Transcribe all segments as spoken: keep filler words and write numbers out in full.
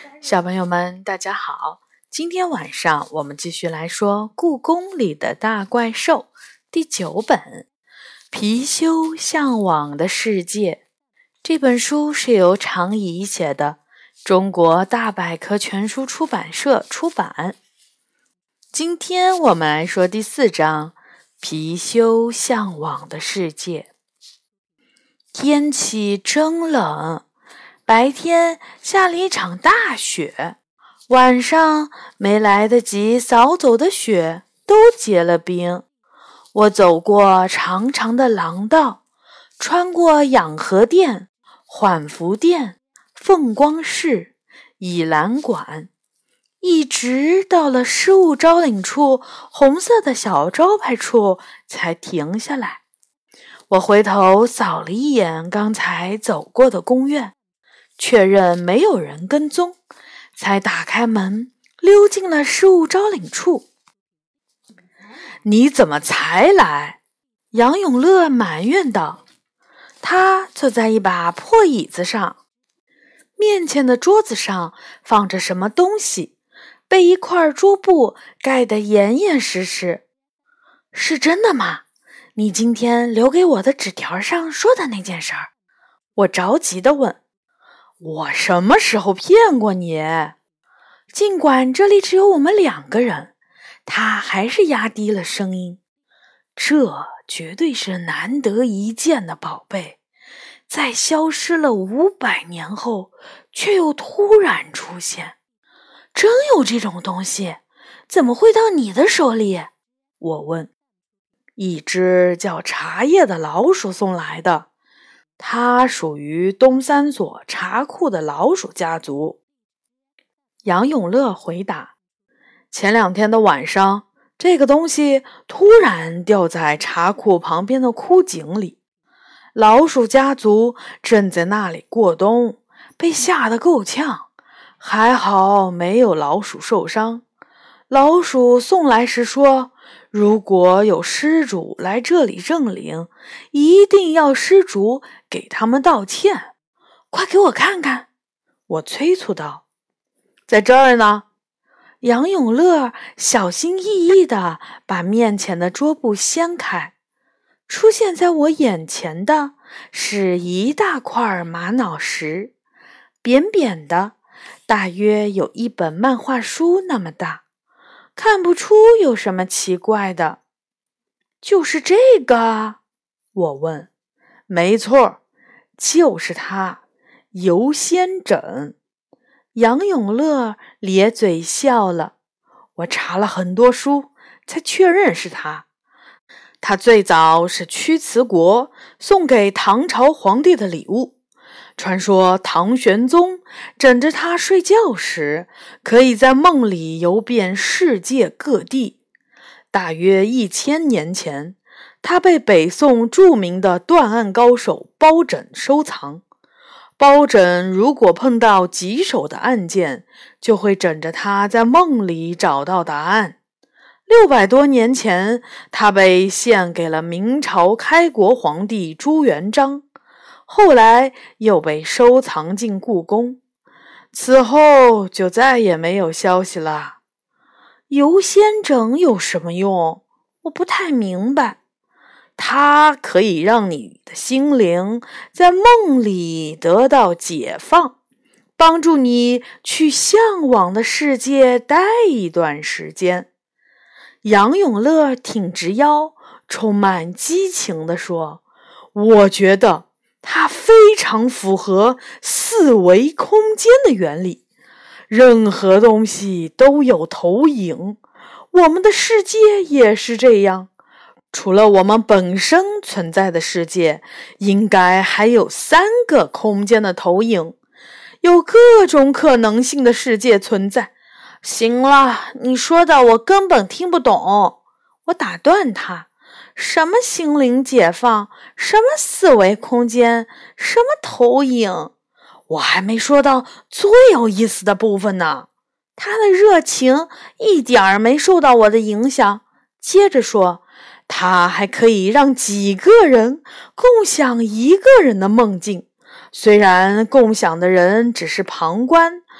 小朋友们，大家好！今天晚上我们继续来说《故宫里的大怪兽》第九本《貔貅向往的世界》。这本书是由常怡写的，中国大百科全书出版社出版。今天我们来说第四章《貔貅向往的世界》。天气真冷，白天下了一场大雪，晚上没来得及扫走的雪都结了冰。我走过长长的廊道，穿过养和殿、缓福殿、凤光室、倚兰馆，一直到了失物招领处红色的小招牌处才停下来。我回头扫了一眼刚才走过的宫院，确认没有人跟踪，才打开门溜进了失物招领处。你怎么才来？杨永乐埋怨道。他坐在一把破椅子上，面前的桌子上放着什么东西，被一块桌布盖得严严实实。是真的吗？你今天留给我的纸条上说的那件事儿？我着急地问。我什么时候骗过你？尽管这里只有我们两个人，他还是压低了声音。这绝对是难得一见的宝贝，在消失了五百年后，却又突然出现。真有这种东西？怎么会到你的手里？我问。一只叫茶叶的老鼠送来的，它属于东三所茶库的老鼠家族。杨永乐回答。前两天的晚上，这个东西突然掉在茶库旁边的枯井里，老鼠家族正在那里过冬，被吓得够呛，还好没有老鼠受伤。老鼠送来时说，如果有施主来这里认领，一定要施主给他们道歉。快给我看看！我催促道。在这儿呢。杨永乐小心翼翼地把面前的桌布掀开，出现在我眼前的是一大块玛瑙石，扁扁的，大约有一本漫画书那么大，看不出有什么奇怪的。就是这个？我问。没错，就是它，游仙枕。杨永乐咧嘴笑了。我查了很多书，才确认是他。他最早是屈慈国送给唐朝皇帝的礼物。传说唐玄宗枕着它睡觉时，可以在梦里游遍世界各地。大约一千年前，它被北宋著名的断案高手包拯收藏。包拯如果碰到棘手的案件，就会枕着它在梦里找到答案。六百多年前，它被献给了明朝开国皇帝朱元璋，后来又被收藏进故宫，此后就再也没有消息了。游仙枕有什么用？我不太明白。它可以让你的心灵在梦里得到解放，帮助你去向往的世界待一段时间。杨永乐挺直腰，充满激情地说，我觉得它非常符合四维空间的原理，任何东西都有投影，我们的世界也是这样。除了我们本身存在的世界，应该还有三个空间的投影，有各种可能性的世界存在。行了，你说的我根本听不懂。我打断他，什么心灵解放，什么四维空间，什么投影，我还没说到最有意思的部分呢。他的热情一点儿没受到我的影响，接着说，它还可以让几个人共享一个人的梦境，虽然共享的人只是旁观，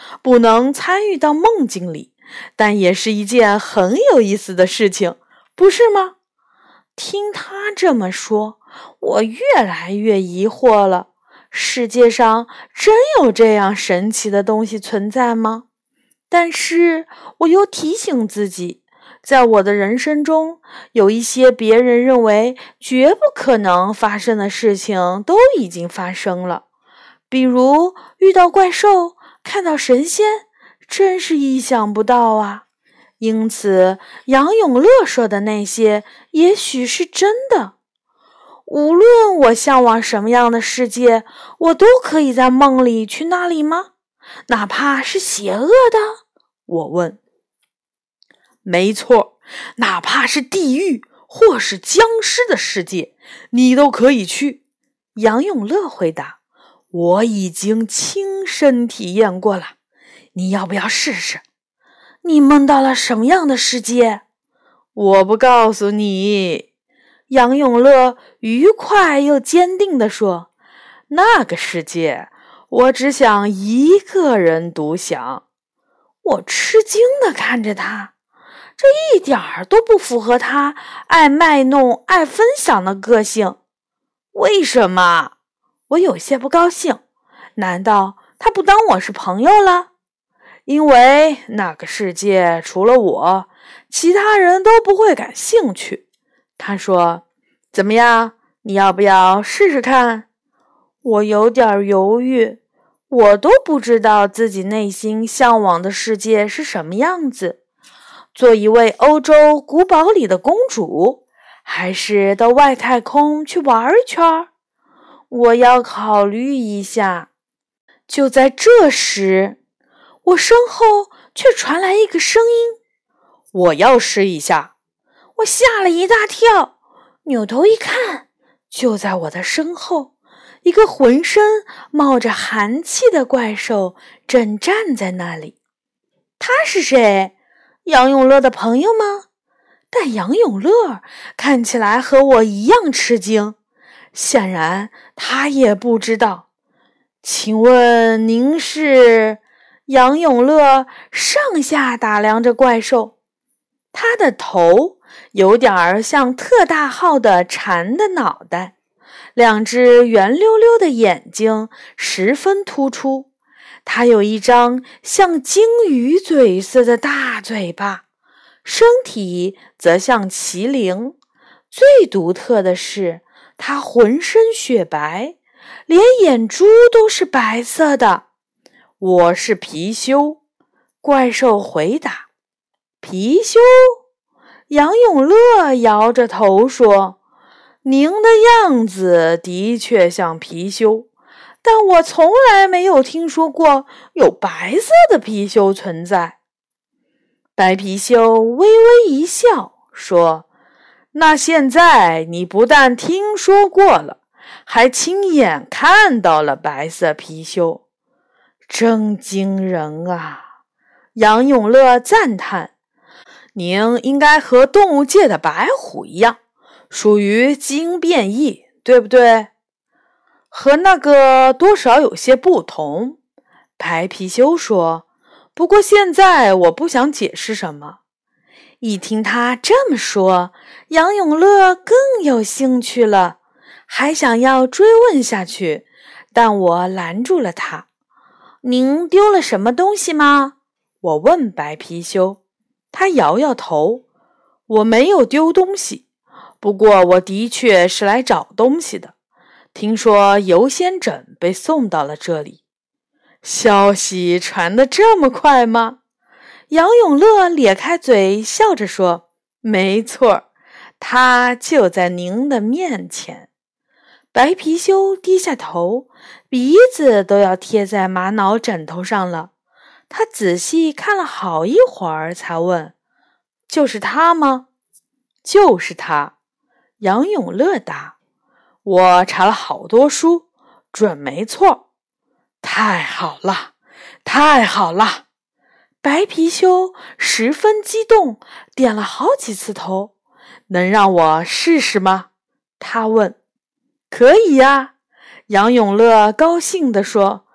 不能参与到梦境里，但也是一件很有意思的事情，不是吗？听他这么说，我越来越疑惑了。世界上真有这样神奇的东西存在吗？但是我又提醒自己，在我的人生中，有一些别人认为绝不可能发生的事情都已经发生了。比如遇到怪兽，看到神仙，真是意想不到啊。因此，杨永乐说的那些也许是真的。无论我向往什么样的世界，我都可以在梦里去那里吗？哪怕是邪恶的？我问。没错，哪怕是地狱或是僵尸的世界，你都可以去。杨永乐回答，我已经亲身体验过了，你要不要试试？你梦到了什么样的世界？我不告诉你。杨永乐愉快又坚定地说，那个世界，我只想一个人独享。我吃惊地看着他，这一点儿都不符合他爱卖弄、爱分享的个性。为什么？我有些不高兴。难道他不当我是朋友了？因为那个世界除了我，其他人都不会感兴趣。他说，怎么样，你要不要试试看？我有点犹豫，我都不知道自己内心向往的世界是什么样子。做一位欧洲古堡里的公主，还是到外太空去玩一圈？我要考虑一下。就在这时，我身后却传来一个声音，我要试一下。我吓了一大跳，扭头一看，就在我的身后，一个浑身冒着寒气的怪兽正站在那里。他是谁？杨永乐的朋友吗？但杨永乐看起来和我一样吃惊，显然他也不知道。请问您是？杨永乐上下打量着怪兽，他的头有点像特大号的蝉的脑袋，两只圆溜溜的眼睛十分突出，他有一张像鲸鱼嘴似的大嘴巴，身体则像麒麟。最独特的是，他浑身雪白，连眼珠都是白色的。我是貔貅，怪兽回答。貔貅？杨永乐摇着头说，您的样子的确像貔貅，但我从来没有听说过有白色的貔貅存在。白貔貅微微一笑说，那现在你不但听说过了，还亲眼看到了白色貔貅，真惊人啊！杨永乐赞叹，您应该和动物界的白虎一样，属于基因变异，对不对？和那个多少有些不同。白貔貅说，不过现在我不想解释什么。一听他这么说，杨永乐更有兴趣了，还想要追问下去，但我拦住了他。您丢了什么东西吗？我问白貔貅。他摇摇头，我没有丢东西，不过我的确是来找东西的。听说邮先诊被送到了这里。消息传得这么快吗？杨永乐咧开嘴笑着说，没错，他就在您的面前。白貔貅低下头，鼻子都要贴在玛瑙枕头上了。他仔细看了好一会儿才问，就是他吗？就是他。杨永乐答，我查了好多书，准没错。太好了，太好了！白貔貅十分激动，点了好几次头。能让我试试吗？他问。可以呀，杨永乐高兴地说，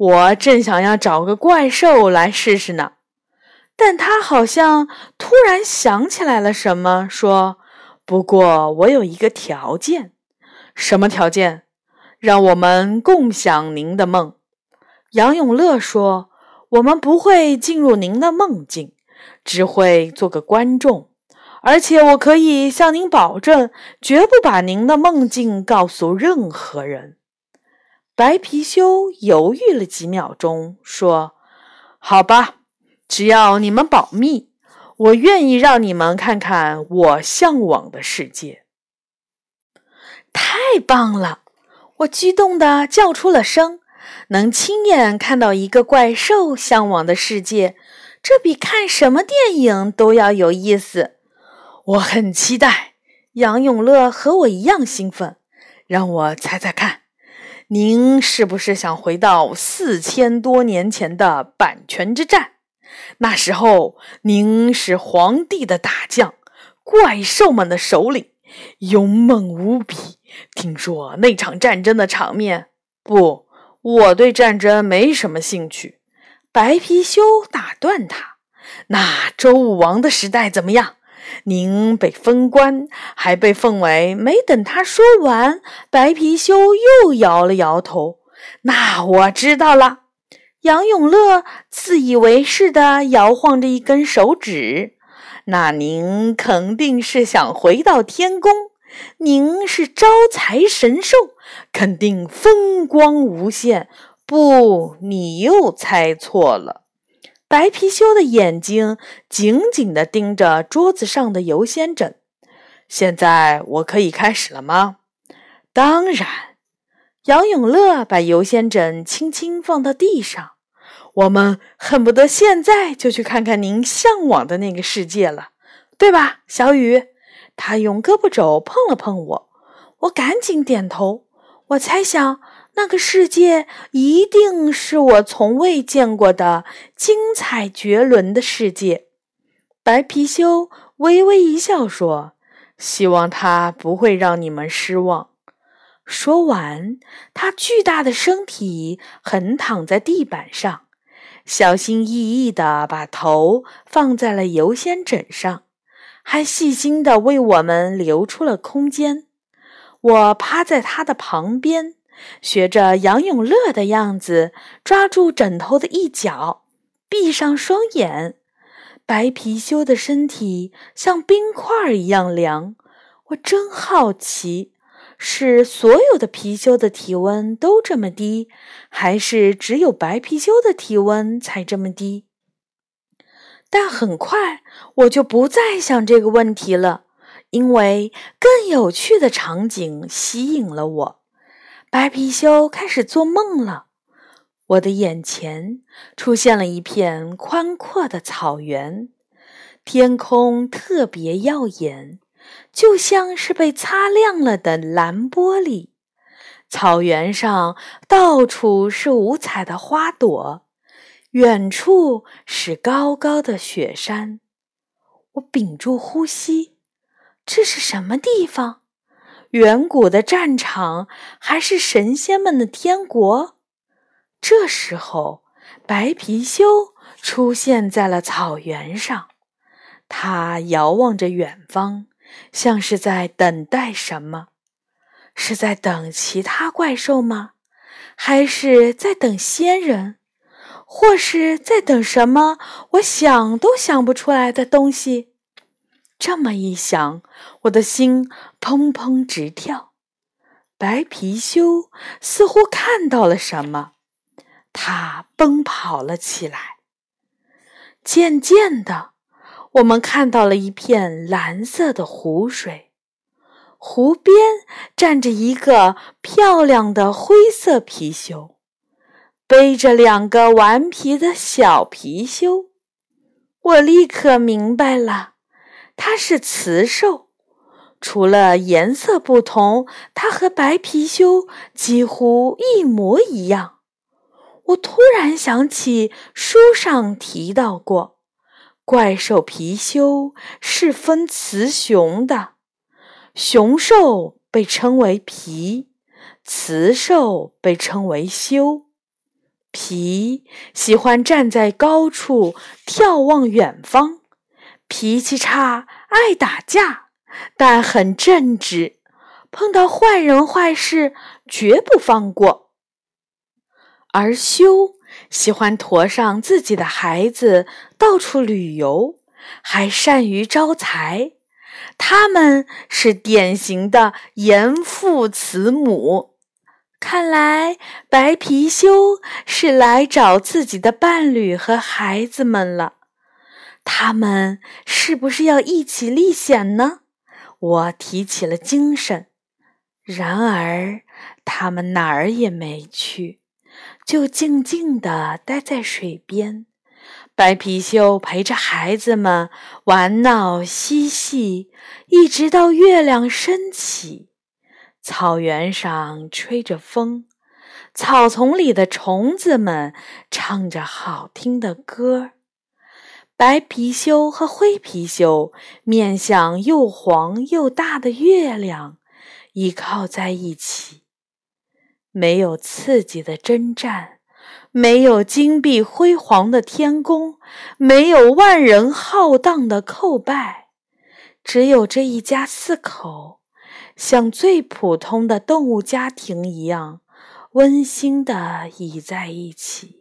我正想要找个怪兽来试试呢。但他好像突然想起来了什么，说：不过我有一个条件。什么条件？让我们共享您的梦。杨永乐说：我们不会进入您的梦境，只会做个观众，而且我可以向您保证，绝不把您的梦境告诉任何人。白貔貅犹豫了几秒钟，说：好吧，只要你们保密，我愿意让你们看看我向往的世界。太棒了！我激动地叫出了声。能亲眼看到一个怪兽向往的世界，这比看什么电影都要有意思。我很期待。杨永乐和我一样兴奋。让我猜猜看，您是不是想回到四千多年前的阪泉之战？那时候您是皇帝的大将，怪兽们的首领，勇猛无比。听说那场战争的场面……不，我对战争没什么兴趣。白貔貅打断他：那周武王的时代怎么样？您被封官，还被奉为……没等他说完，白貔貅又摇了摇头。那我知道了。杨永乐自以为是地摇晃着一根手指。那您肯定是想回到天宫，您是招财神兽，肯定风光无限。不，你又猜错了。白貔貅的眼睛紧紧地盯着桌子上的油仙枕。现在我可以开始了吗？当然。杨永乐把油仙枕轻轻放到地上。我们恨不得现在就去看看您向往的那个世界了，对吧，小雨？他用胳膊肘碰了碰我，我赶紧点头。我猜想那个世界一定是我从未见过的精彩绝伦的世界。白貔貅微微一笑说：希望它不会让你们失望。说完，他巨大的身体横躺在地板上，小心翼翼地把头放在了油仙枕上，还细心地为我们留出了空间。我趴在他的旁边，学着杨永乐的样子，抓住枕头的一角，闭上双眼。白貔貅的身体像冰块一样凉。我真好奇，是所有的貔貅的体温都这么低，还是只有白貔貅的体温才这么低？但很快我就不再想这个问题了，因为更有趣的场景吸引了我。白貔貅开始做梦了。我的眼前出现了一片宽阔的草原，天空特别耀眼，就像是被擦亮了的蓝玻璃。草原上到处是五彩的花朵，远处是高高的雪山。我屏住呼吸，这是什么地方？远古的战场，还是神仙们的天国？这时候，白貔貅出现在了草原上。它遥望着远方，像是在等待什么。是在等其他怪兽吗？还是在等仙人？或是在等什么我想都想不出来的东西？这么一想，我的心砰砰直跳。白貔貅似乎看到了什么，它奔跑了起来。渐渐的，我们看到了一片蓝色的湖水，湖边站着一个漂亮的灰色貔貅，背着两个顽皮的小貔貅。我立刻明白了，它是雌兽，除了颜色不同，它和白貔貅几乎一模一样。我突然想起书上提到过，怪兽貔貅是分雌雄的，雄兽被称为貔，雌兽被称为貅。 皮喜欢站在高处眺望远方，脾气差，爱打架，但很正直，碰到坏人坏事绝不放过。而修喜欢驮上自己的孩子到处旅游，还善于招财。他们是典型的严父慈母。看来白貔貅是来找自己的伴侣和孩子们了。他们是不是要一起历险呢？我提起了精神。然而他们哪儿也没去，就静静地待在水边。白貔貅陪着孩子们玩闹嬉戏，一直到月亮升起。草原上吹着风，草丛里的虫子们唱着好听的歌。白貔貅和灰貔貅面向又黄又大的月亮，依靠在一起。没有刺激的征战，没有金碧辉煌的天宫，没有万人浩荡的叩拜，只有这一家四口，像最普通的动物家庭一样，温馨地倚在一起。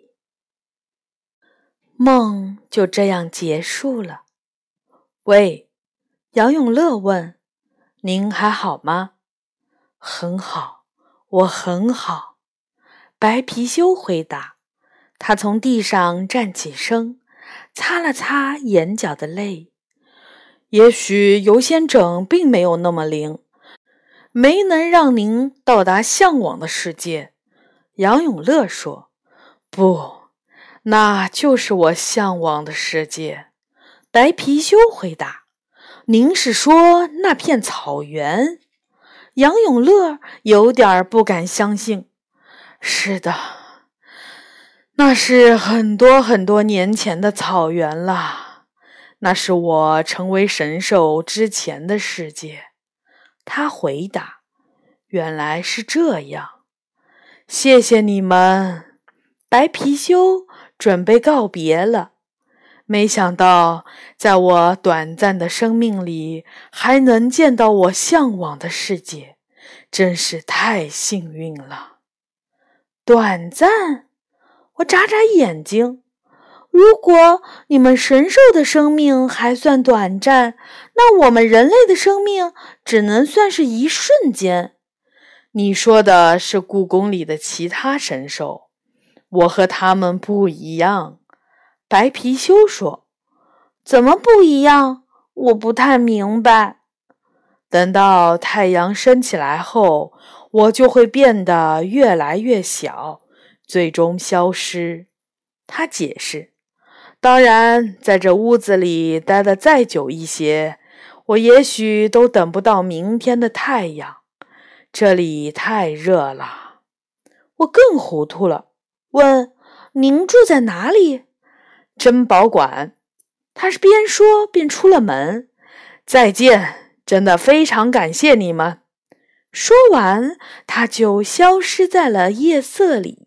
梦就这样结束了。喂，杨永乐问，您还好吗？很好，我很好。白貔貅回答。他从地上站起身，擦了擦眼角的泪。也许游仙枕并没有那么灵，没能让您到达向往的世界。杨永乐说。不，那就是我向往的世界。白貔貅回答。您是说那片草原？杨永乐有点不敢相信。是的，那是很多很多年前的草原了，那是我成为神兽之前的世界。他回答。原来是这样，谢谢你们。白貔貅准备告别了。没想到在我短暂的生命里还能见到我向往的世界，真是太幸运了。短暂？我眨眨眼睛。如果你们神兽的生命还算短暂，那我们人类的生命只能算是一瞬间。你说的是故宫里的其他神兽，我和他们不一样。白貔貅说。怎么不一样？我不太明白。等到太阳升起来后，我就会变得越来越小，最终消失。他解释。当然，在这屋子里待得再久一些，我也许都等不到明天的太阳。这里太热了。我更糊涂了，问，您住在哪里？珍宝馆。他是边说边出了门。再见，真的非常感谢你们。说完，他就消失在了夜色里。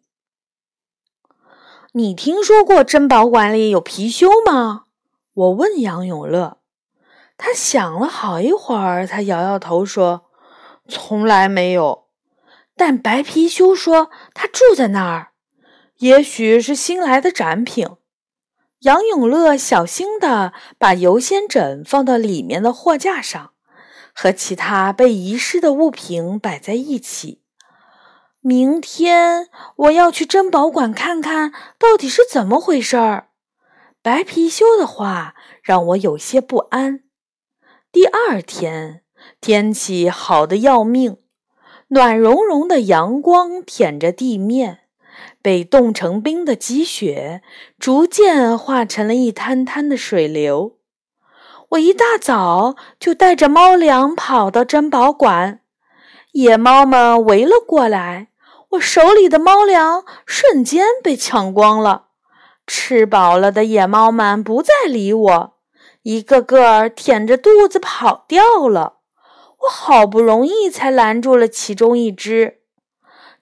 你听说过珍宝馆里有貔貅吗？我问杨永乐。他想了好一会儿，他摇摇头说，从来没有。但白貔貅说他住在那儿，也许是新来的展品。杨永乐小心地把游仙枕放到里面的货架上，和其他被遗失的物品摆在一起。明天我要去珍宝馆看看到底是怎么回事儿。白貔貅的话让我有些不安。第二天，天气好得要命，暖融融的阳光舔着地面，被冻成冰的积雪逐渐化成了一滩滩的水流。我一大早就带着猫粮跑到珍宝馆，野猫们围了过来，我手里的猫粮瞬间被抢光了。吃饱了的野猫们不再理我，一个个舔着肚子跑掉了。我好不容易才拦住了其中一只。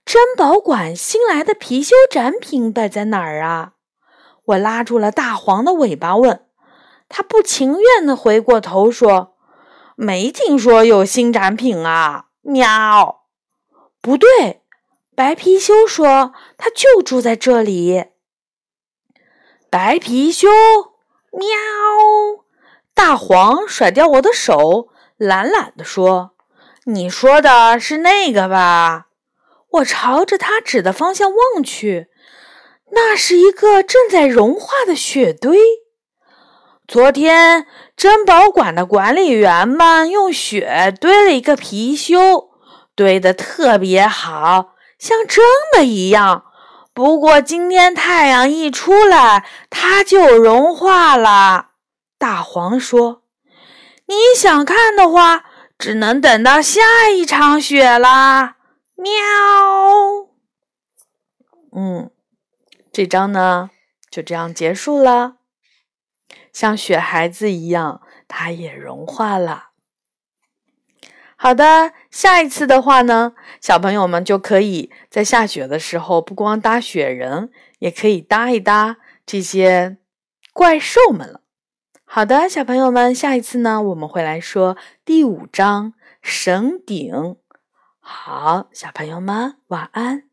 珍宝馆新来的貔貅展品摆在哪儿啊？我拉住了大黄的尾巴问。他不情愿地回过头说，没听说有新展品啊，喵。不对，白貔貅说他就住在这里。白貔貅，喵。大黄甩掉我的手，懒懒地说，你说的是那个吧？我朝着他指的方向望去，那是一个正在融化的雪堆。昨天珍宝馆的管理员们用雪堆了一个貔貅，堆得特别好，像真的一样。不过今天太阳一出来，它就融化了。大黄说，你想看的话，只能等到下一场雪啦。喵。嗯，这章呢就这样结束了。像雪孩子一样，它也融化了。好的，下一次的话呢，小朋友们就可以在下雪的时候，不光搭雪人，也可以搭一搭这些怪兽们了。好的，小朋友们，下一次呢，我们会来说第五章神顶。好，小朋友们，晚安。